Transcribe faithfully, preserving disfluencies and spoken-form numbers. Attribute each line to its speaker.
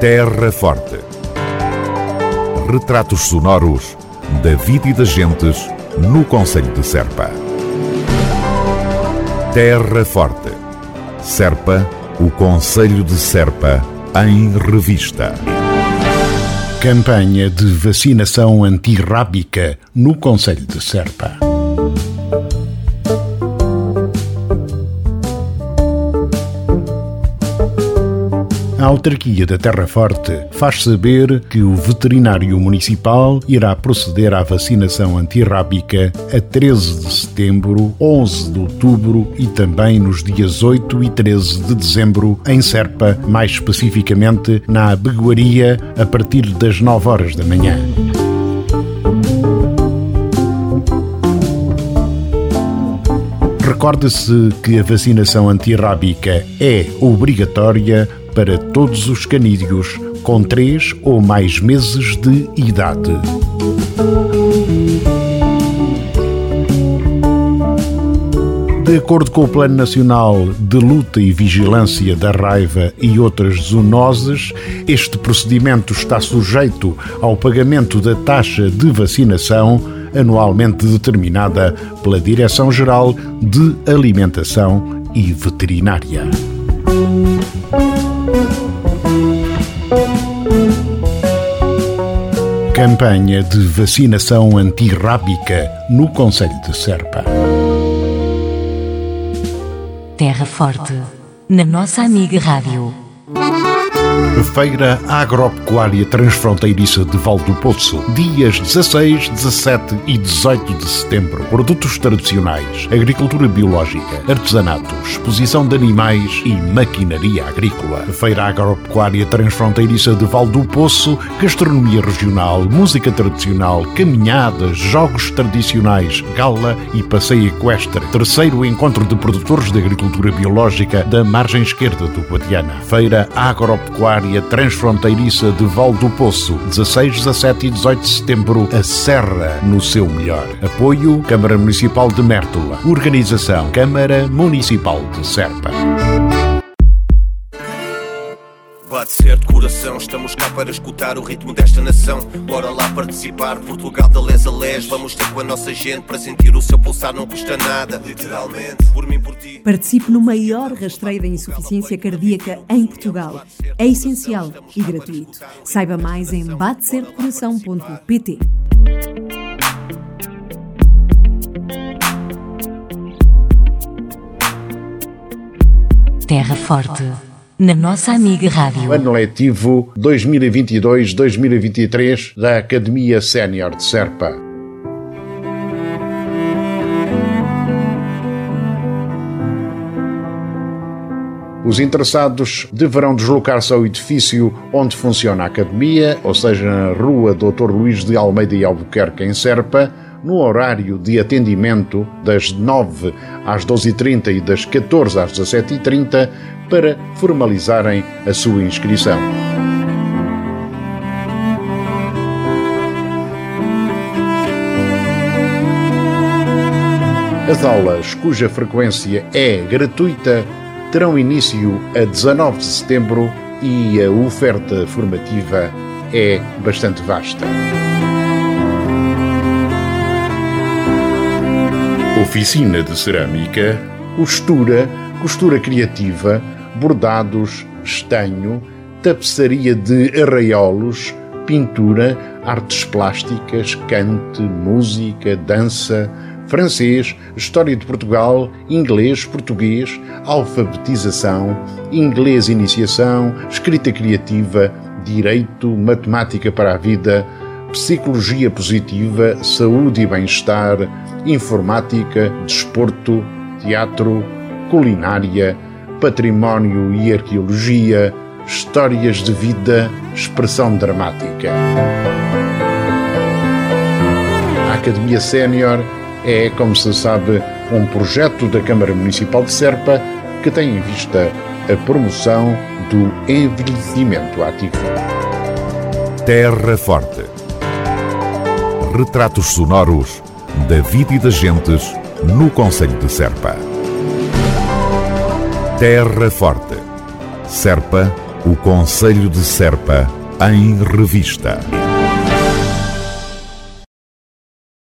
Speaker 1: Terra Forte. Retratos sonoros da vida e das gentes no concelho de Serpa. Terra Forte. Serpa, o concelho de Serpa, em revista.
Speaker 2: Campanha de vacinação antirrábica no concelho de Serpa. A autarquia da Terra Forte faz saber que o veterinário municipal irá proceder à vacinação antirrábica a treze de setembro, onze de outubro e também nos dias oito e treze de dezembro em Serpa, mais especificamente na Abegoaria, a partir das nove horas da manhã. Recorde-se que a vacinação antirrábica é obrigatória para todos os canídeos com três ou mais meses de idade. De acordo com o Plano Nacional de Luta e Vigilância da Raiva e outras zoonoses, este procedimento está sujeito ao pagamento da taxa de vacinação anualmente determinada pela Direção-Geral de Alimentação e Veterinária. Campanha de vacinação antirrábica no concelho de Serpa.
Speaker 3: Terra Forte, na nossa amiga rádio.
Speaker 2: Feira Agropecuária Transfronteiriça de Val do Poço, dias dezasseis, dezassete e dezoito de setembro. Produtos tradicionais, agricultura biológica, artesanato, exposição de animais e maquinaria agrícola. Feira Agropecuária Transfronteiriça de Val do Poço, gastronomia regional, música tradicional, caminhadas, jogos tradicionais, gala e passeio equestre. Terceiro encontro de produtores de agricultura biológica da margem esquerda do Guadiana. Feira Agropecuária Transfronteiriça de Val do Poço, dezasseis, dezassete e dezoito de setembro, a Serra no seu melhor. Apoio Câmara Municipal de Mértola. Organização Câmara Municipal de Serpa.
Speaker 4: Bate certo coração, estamos cá para escutar o ritmo desta nação. Bora lá participar, Portugal da les a les. Vamos ter com a nossa gente para sentir o seu pulsar, não custa nada. Literalmente, por mim, por ti.
Speaker 5: Participe no maior rastreio da insuficiência cardíaca em Portugal. É essencial e gratuito. Saiba mais em bate certo coração ponto pt.
Speaker 3: Terra Forte, na nossa amiga rádio.
Speaker 2: Ano letivo dois mil e vinte e dois a dois mil e vinte e três da Academia Sénior de Serpa. Os interessados deverão deslocar-se ao edifício onde funciona a Academia, ou seja, na Rua doutor Luís de Almeida e Albuquerque, em Serpa, no horário de atendimento das nove às doze e trinta e das catorze às dezassete e trinta, para formalizarem a sua inscrição. As aulas, cuja frequência é gratuita, terão início a dezanove de setembro e a oferta formativa é bastante vasta. Oficina de cerâmica, costura, costura criativa, bordados, estanho, tapeçaria de arraiolos, pintura, artes plásticas, cante, música, dança, francês, história de Portugal, inglês, português, alfabetização, inglês iniciação, escrita criativa, direito, matemática para a vida, psicologia positiva, saúde e bem-estar, informática, desporto, teatro, culinária, património e arqueologia, histórias de vida, expressão dramática. A Academia Sénior é, como se sabe, um projeto da Câmara Municipal de Serpa que tem em vista a promoção do envelhecimento ativo.
Speaker 1: Terra Forte. Retratos sonoros da vida e das gentes no concelho de Serpa. Terra Forte. Serpa, O Conselho de Serpa, em revista.